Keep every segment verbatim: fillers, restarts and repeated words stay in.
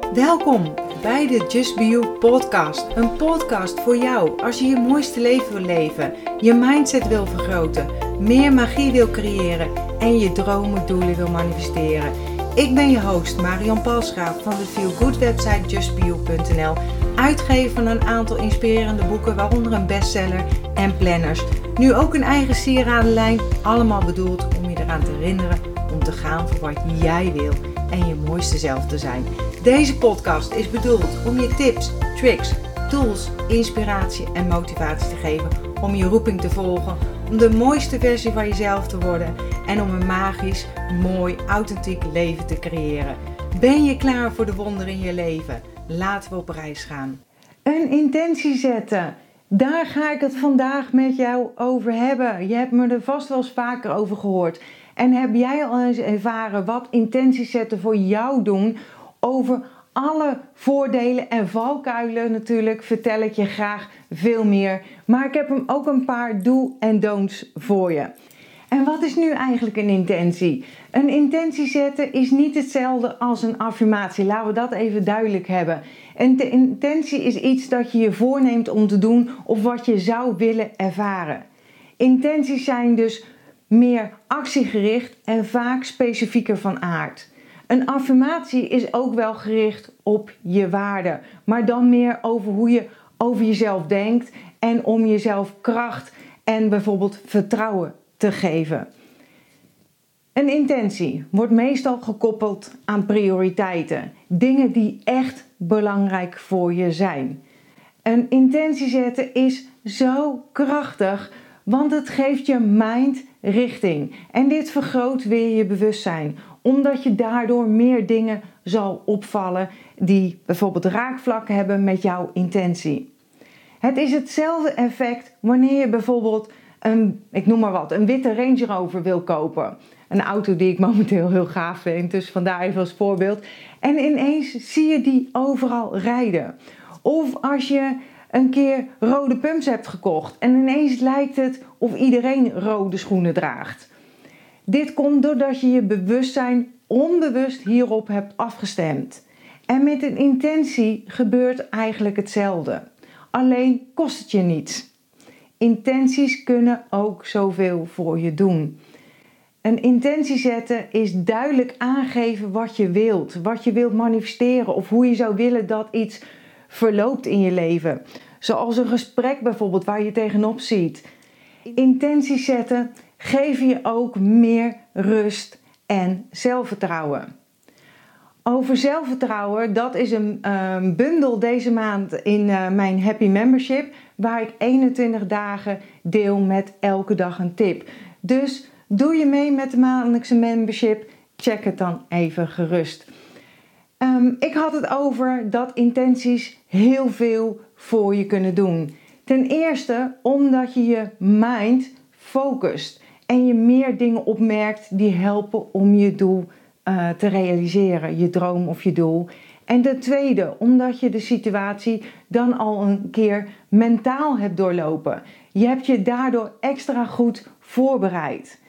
Welkom bij de Just Be You podcast. Een podcast voor jou als je je mooiste leven wil leven, je mindset wil vergroten, meer magie wil creëren en je dromen, doelen wil manifesteren. Ik ben je host Marion Palsgraaf van de Feel Good website just be you punt n l, uitgever van een aantal inspirerende boeken, waaronder een bestseller en planners. Nu ook een eigen sieradenlijn, allemaal bedoeld om je eraan te herinneren om te gaan voor wat jij wil en je mooiste zelf te zijn. Deze podcast is bedoeld om je tips, tricks, tools, inspiratie en motivatie te geven om je roeping te volgen, om de mooiste versie van jezelf te worden en om een magisch, mooi, authentiek leven te creëren. Ben je klaar voor de wonderen in je leven? Laten we op reis gaan. Een intentie zetten. Daar ga ik het vandaag met jou over hebben. Je hebt me er vast wel eens vaker over gehoord. En heb jij al eens ervaren wat intenties zetten voor jou doen? Over alle voordelen en valkuilen natuurlijk vertel ik je graag veel meer. Maar ik heb hem ook een paar do en don'ts voor je. En wat is nu eigenlijk een intentie? Een intentie zetten is niet hetzelfde als een affirmatie. Laten we dat even duidelijk hebben. Een intentie is iets dat je je voorneemt om te doen of wat je zou willen ervaren. Intenties zijn dus meer actiegericht en vaak specifieker van aard. Een affirmatie is ook wel gericht op je waarden, maar dan meer over hoe je over jezelf denkt en om jezelf kracht en bijvoorbeeld vertrouwen te geven. Een intentie wordt meestal gekoppeld aan prioriteiten, dingen die echt belangrijk voor je zijn. Een intentie zetten is zo krachtig, want het geeft je mind richting en dit vergroot weer je bewustzijn, omdat je daardoor meer dingen zal opvallen die bijvoorbeeld raakvlak hebben met jouw intentie. Het is hetzelfde effect wanneer je bijvoorbeeld een, ik noem maar wat, een witte Range Rover wil kopen. Een auto die ik momenteel heel gaaf vind, dus vandaar even als voorbeeld. En ineens zie je die overal rijden. Of als je een keer rode pumps hebt gekocht en ineens lijkt het of iedereen rode schoenen draagt. Dit komt doordat je je bewustzijn onbewust hierop hebt afgestemd. En met een intentie gebeurt eigenlijk hetzelfde. Alleen kost het je niets. Intenties kunnen ook zoveel voor je doen. Een intentie zetten is duidelijk aangeven wat je wilt. Wat je wilt manifesteren of hoe je zou willen dat iets verloopt in je leven. Zoals een gesprek bijvoorbeeld waar je tegenop ziet. Intenties zetten geven je ook meer rust en zelfvertrouwen. Over zelfvertrouwen, dat is een uh, bundel deze maand in uh, mijn Happy Membership, waar ik eenentwintig dagen deel met elke dag een tip. Dus doe je mee met de maandelijkse membership, check het dan even gerust. Um, ik had het over dat intenties heel veel voor je kunnen doen. Ten eerste omdat je je mind focust en je meer dingen opmerkt die helpen om je doel uh, te realiseren, je droom of je doel. En ten tweede omdat je de situatie dan al een keer mentaal hebt doorlopen. Je hebt je daardoor extra goed voorbereid.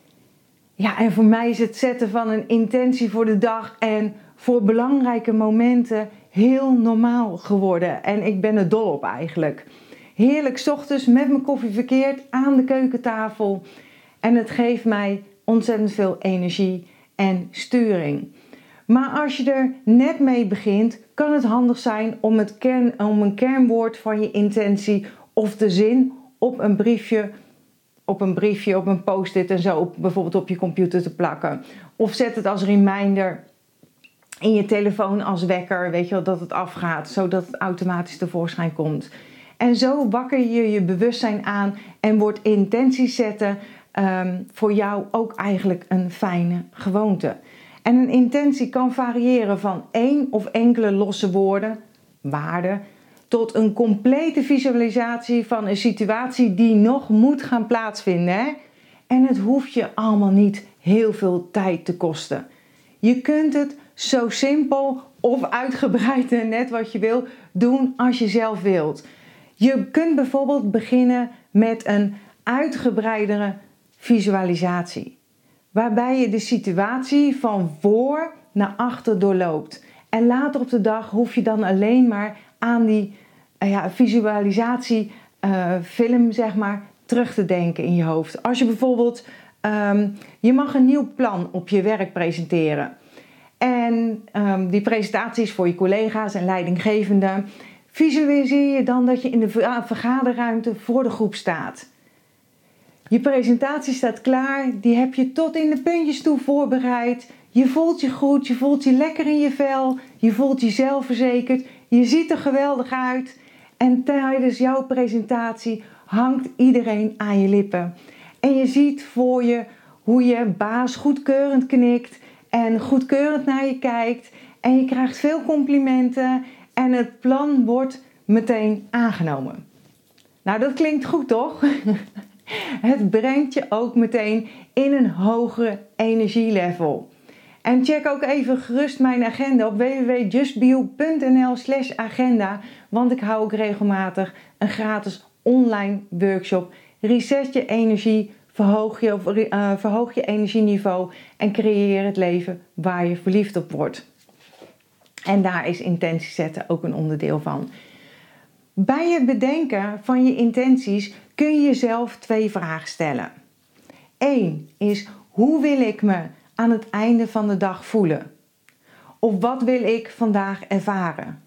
Ja, en voor mij is het zetten van een intentie voor de dag en voor belangrijke momenten heel normaal geworden. En ik ben er dol op eigenlijk. Heerlijk 's ochtends met mijn koffie verkeerd aan de keukentafel. En het geeft mij ontzettend veel energie en sturing. Maar als je er net mee begint, kan het handig zijn om, het kern, om een kernwoord van je intentie of de zin op een briefje, op een briefje, op een post-it en zo op, bijvoorbeeld op je computer te plakken. Of zet het als reminder in je telefoon als wekker, weet je wel, dat het afgaat, zodat het automatisch tevoorschijn komt. En zo wakker je je bewustzijn aan en wordt intenties zetten um, voor jou ook eigenlijk een fijne gewoonte. En een intentie kan variëren van één of enkele losse woorden, waarden, tot een complete visualisatie van een situatie die nog moet gaan plaatsvinden. Hè? En het hoeft je allemaal niet heel veel tijd te kosten. Je kunt het zo simpel of uitgebreid, net wat je wil, doen als je zelf wilt. Je kunt bijvoorbeeld beginnen met een uitgebreidere visualisatie. Waarbij je de situatie van voor naar achter doorloopt. En later op de dag hoef je dan alleen maar aan die uh, ja, visualisatie uh, film, zeg maar, terug te denken in je hoofd. Als je bijvoorbeeld, um, je mag een nieuw plan op je werk presenteren. En um, die presentatie is voor je collega's en leidinggevenden. Visualiseer je dan dat je in de vergaderruimte voor de groep staat. Je presentatie staat klaar, die heb je tot in de puntjes toe voorbereid. Je voelt je goed, je voelt je lekker in je vel, je voelt je zelfverzekerd, je ziet er geweldig uit. En tijdens jouw presentatie hangt iedereen aan je lippen. En je ziet voor je hoe je baas goedkeurend knikt en goedkeurend naar je kijkt. En je krijgt veel complimenten en het plan wordt meteen aangenomen. Nou, dat klinkt goed, toch? Het brengt je ook meteen in een hogere energielevel. En check ook even gerust mijn agenda op w w w punt justbeyou punt n l slash agenda. Want ik hou ook regelmatig een gratis online workshop. Reset je energie, verhoog je, uh, verhoog je energieniveau en creëer het leven waar je verliefd op wordt. En daar is intentie zetten ook een onderdeel van. Bij het bedenken van je intenties kun je jezelf twee vragen stellen. Eén is, hoe wil ik me aan het einde van de dag voelen? Of wat wil ik vandaag ervaren?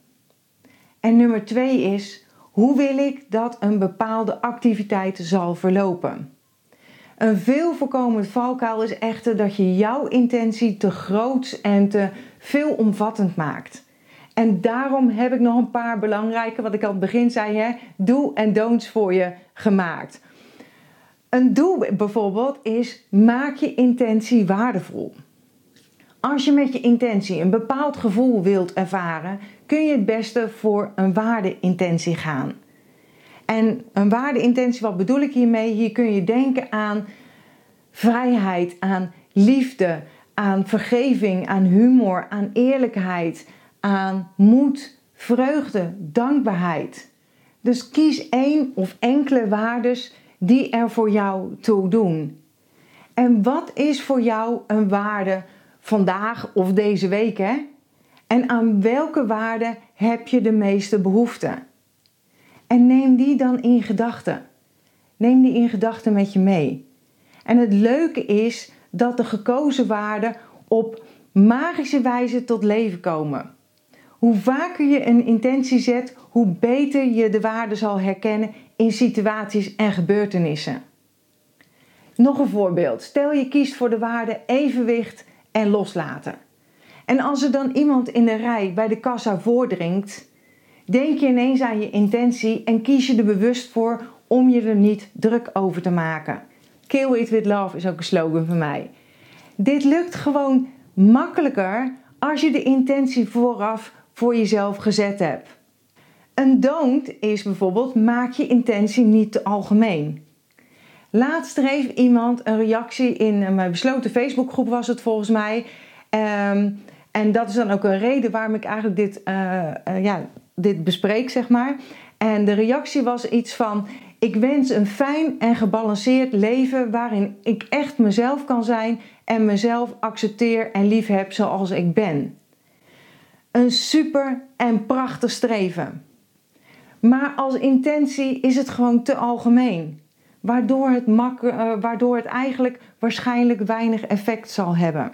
En nummer twee is, hoe wil ik dat een bepaalde activiteit zal verlopen? Een veel voorkomend valkuil is echter dat je jouw intentie te groot en te veelomvattend maakt. En daarom heb ik nog een paar belangrijke, wat ik aan het begin zei, hè, do en don'ts voor je gemaakt. Een do bijvoorbeeld is, maak je intentie waardevol. Als je met je intentie een bepaald gevoel wilt ervaren, kun je het beste voor een waardeintentie gaan. En een waardeintentie, wat bedoel ik hiermee? Hier kun je denken aan vrijheid, aan liefde, aan vergeving, aan humor, aan eerlijkheid, aan moed, vreugde, dankbaarheid. Dus kies één of enkele waardes die er voor jou toe doen. En wat is voor jou een waarde vandaag of deze week, hè? En aan welke waarde heb je de meeste behoefte? En neem die dan in gedachten. Neem die in gedachten met je mee. En het leuke is dat de gekozen waarden op magische wijze tot leven komen. Hoe vaker je een intentie zet, hoe beter je de waarde zal herkennen in situaties en gebeurtenissen. Nog een voorbeeld. Stel je kiest voor de waarde evenwicht en loslaten. En als er dan iemand in de rij bij de kassa voordringt, denk je ineens aan je intentie en kies je er bewust voor om je er niet druk over te maken. Kill it with love is ook een slogan van mij. Dit lukt gewoon makkelijker als je de intentie vooraf voor jezelf gezet hebt. Een don't is bijvoorbeeld, maak je intentie niet te algemeen. Laatst schreef iemand een reactie in mijn besloten Facebookgroep, was het volgens mij. Um, en dat is dan ook een reden waarom ik eigenlijk dit, uh, uh, ja, dit bespreek, zeg maar. En de reactie was iets van, ik wens een fijn en gebalanceerd leven waarin ik echt mezelf kan zijn en mezelf accepteer en lief heb zoals ik ben. Een super en prachtig streven. Maar als intentie is het gewoon te algemeen. Waardoor het, mak- uh, waardoor het eigenlijk waarschijnlijk weinig effect zal hebben.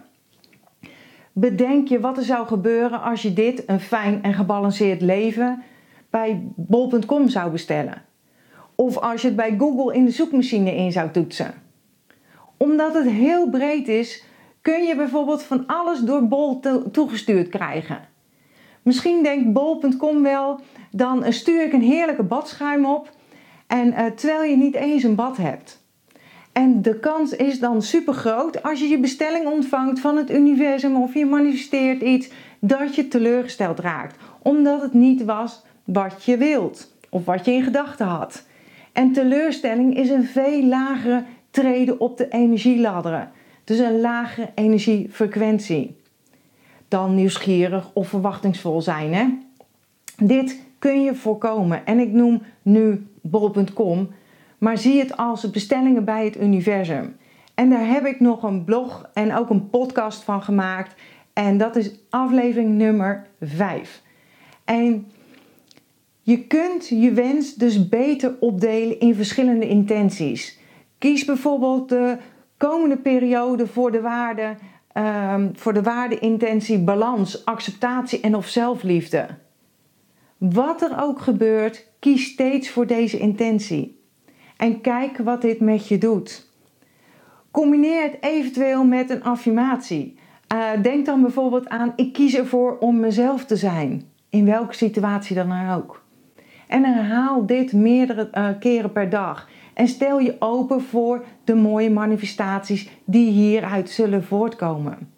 Bedenk je wat er zou gebeuren als je dit, een fijn en gebalanceerd leven, bij bol punt com zou bestellen. Of als je het bij Google in de zoekmachine in zou toetsen. Omdat het heel breed is, kun je bijvoorbeeld van alles door Bol to- toegestuurd krijgen. Misschien denkt bol punt com wel, dan stuur ik een heerlijke badschuim op en uh, terwijl je niet eens een bad hebt. En de kans is dan super groot als je je bestelling ontvangt van het universum of je manifesteert iets, dat je teleurgesteld raakt. Omdat het niet was wat je wilt of wat je in gedachten had. En teleurstelling is een veel lagere treden op de energieladderen. Dus een lagere energiefrequentie. Dan nieuwsgierig of verwachtingsvol zijn, hè? Dit kun je voorkomen. En ik noem nu bol punt com, maar zie het als bestellingen bij het universum. En daar heb ik nog een blog en ook een podcast van gemaakt. En dat is aflevering nummer vijf. En je kunt je wens dus beter opdelen in verschillende intenties. Kies bijvoorbeeld de komende periode voor de waarde, um, voor de waardeintentie balans, acceptatie en of zelfliefde. Wat er ook gebeurt, kies steeds voor deze intentie. En kijk wat dit met je doet. Combineer het eventueel met een affirmatie. Uh, denk dan bijvoorbeeld aan: ik kies ervoor om mezelf te zijn. In welke situatie dan ook. En herhaal dit meerdere uh, keren per dag. En stel je open voor de mooie manifestaties die hieruit zullen voortkomen.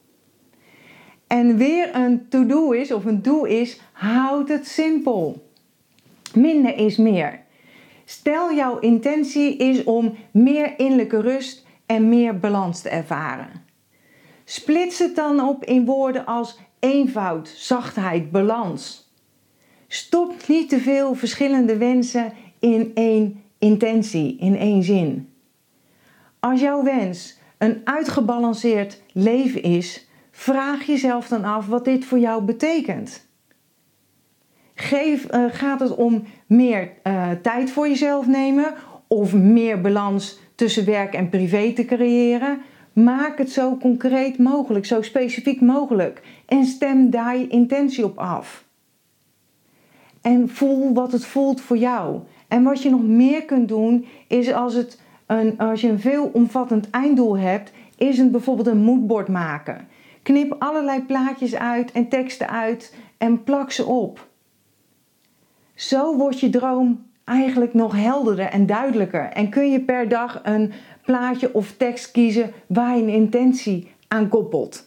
En weer een to-do is of een doel is: houd het simpel. Minder is meer. Stel jouw intentie is om meer innerlijke rust en meer balans te ervaren. Splits het dan op in woorden als eenvoud, zachtheid, balans. Stop niet te veel verschillende wensen in één intentie, in één zin. Als jouw wens een uitgebalanceerd leven is, vraag jezelf dan af wat dit voor jou betekent. Geef, uh, gaat het om meer uh, tijd voor jezelf nemen of meer balans tussen werk en privé te creëren? Maak het zo concreet mogelijk, zo specifiek mogelijk en stem daar je intentie op af. En voel wat het voelt voor jou. En wat je nog meer kunt doen is als, het een, als je een veelomvattend einddoel hebt, is het bijvoorbeeld een moodboard maken. Knip allerlei plaatjes uit en teksten uit en plak ze op. Zo wordt je droom eigenlijk nog helderder en duidelijker. En kun je per dag een plaatje of tekst kiezen waar je een intentie aan koppelt.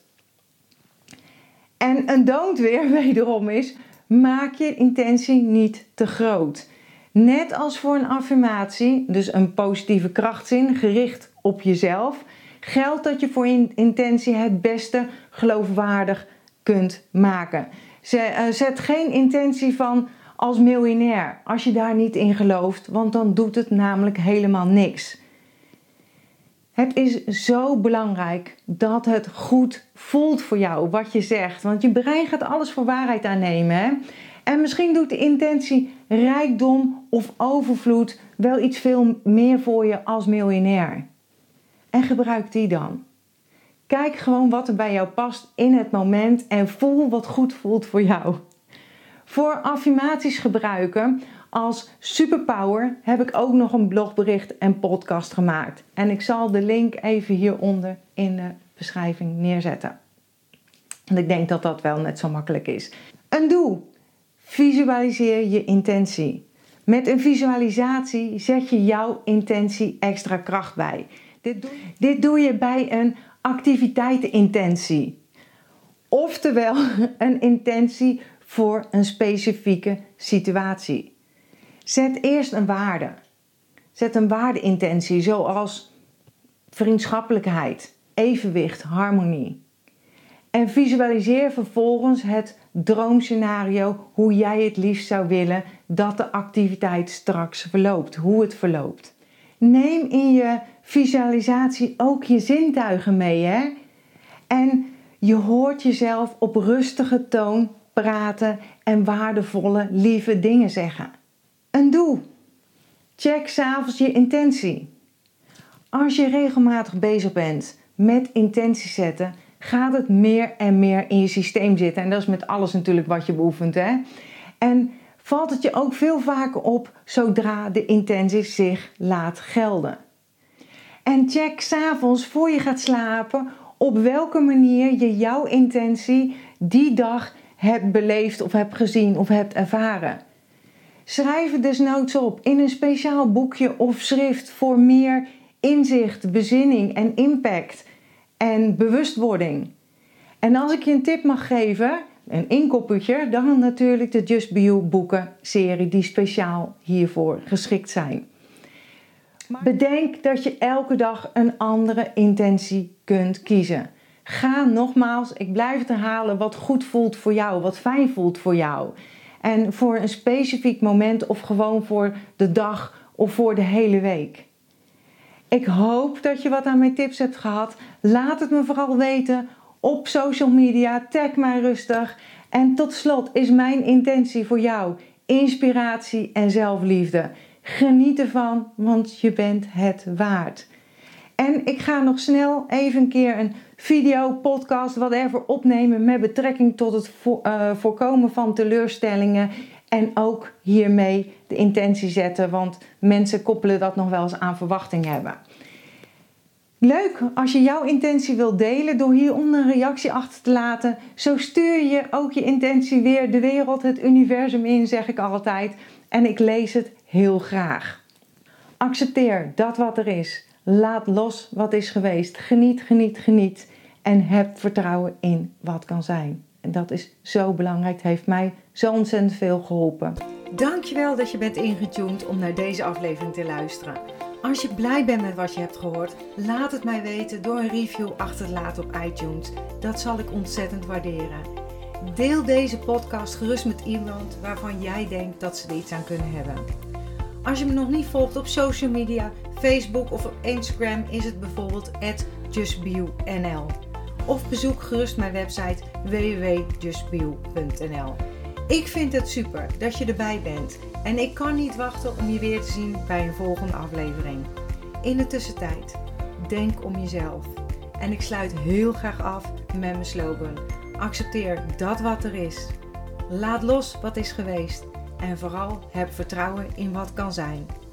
En een don't weer wederom is: maak je intentie niet te groot. Net als voor een affirmatie, dus een positieve krachtzin gericht op jezelf, geldt dat je voor je intentie het beste geloofwaardig kunt maken. Zet geen intentie van als miljonair als je daar niet in gelooft, want dan doet het namelijk helemaal niks. Het is zo belangrijk dat het goed voelt voor jou wat je zegt. Want je brein gaat alles voor waarheid aannemen. Hè? En misschien doet de intentie rijkdom of overvloed wel iets veel meer voor je als miljonair. En gebruik die dan. Kijk gewoon wat er bij jou past in het moment en voel wat goed voelt voor jou. Voor affirmaties gebruiken als superpower heb ik ook nog een blogbericht en podcast gemaakt. En ik zal de link even hieronder in de beschrijving neerzetten. Want ik denk dat dat wel net zo makkelijk is. Een doel. Visualiseer je intentie. Met een visualisatie zet je jouw intentie extra kracht bij. Dit doe, dit doe je bij een activiteitenintentie. Oftewel een intentie voor een specifieke situatie. Zet eerst een waarde. Zet een waardeintentie zoals vriendschappelijkheid, evenwicht, harmonie. En visualiseer vervolgens het droomscenario hoe jij het liefst zou willen dat de activiteit straks verloopt, hoe het verloopt. Neem in je visualisatie ook je zintuigen mee, hè? En je hoort jezelf op rustige toon praten en waardevolle, lieve dingen zeggen. Een doel. Check 's avonds je intentie. Als je regelmatig bezig bent met intentie zetten, gaat het meer en meer in je systeem zitten. En dat is met alles natuurlijk wat je beoefent, hè? En valt het je ook veel vaker op zodra de intentie zich laat gelden. En check 's avonds voor je gaat slapen op welke manier je jouw intentie die dag hebt beleefd of hebt gezien of hebt ervaren. Schrijf het desnoods op in een speciaal boekje of schrift voor meer inzicht, bezinning en impact en bewustwording. En als ik je een tip mag geven, een inkoppertje, dan natuurlijk de Just Be You boeken serie die speciaal hiervoor geschikt zijn. Maar bedenk dat je elke dag een andere intentie kunt kiezen. Ga nogmaals, ik blijf het herhalen, wat goed voelt voor jou, wat fijn voelt voor jou. En voor een specifiek moment of gewoon voor de dag of voor de hele week. Ik hoop dat je wat aan mijn tips hebt gehad. Laat het me vooral weten op social media. Tag mij rustig. En tot slot is mijn intentie voor jou inspiratie en zelfliefde. Geniet ervan, want je bent het waard. En ik ga nog snel even een keer een video, podcast, whatever opnemen met betrekking tot het vo- uh, voorkomen van teleurstellingen. En ook hiermee de intentie zetten, want mensen koppelen dat nog wel eens aan verwachting hebben. Leuk als je jouw intentie wilt delen door hieronder een reactie achter te laten. Zo stuur je ook je intentie weer de wereld, het universum in, zeg ik altijd. En ik lees het heel graag. Accepteer dat wat er is. Laat los wat is geweest. Geniet, geniet, geniet. En heb vertrouwen in wat kan zijn. En dat is zo belangrijk. Het heeft mij zo ontzettend veel geholpen. Dankjewel dat je bent ingetuned om naar deze aflevering te luisteren. Als je blij bent met wat je hebt gehoord, laat het mij weten door een review achter te laten op iTunes. Dat zal ik ontzettend waarderen. Deel deze podcast gerust met iemand waarvan jij denkt dat ze er iets aan kunnen hebben. Als je me nog niet volgt op social media, Facebook of op Instagram, is het bijvoorbeeld at justbeyou.nl. Of bezoek gerust mijn website w w w punt justbeyou punt n l. Ik vind het super dat je erbij bent en ik kan niet wachten om je weer te zien bij een volgende aflevering. In de tussentijd, denk om jezelf. En ik sluit heel graag af met mijn slogan. Accepteer dat wat er is. Laat los wat is geweest. En vooral heb vertrouwen in wat kan zijn.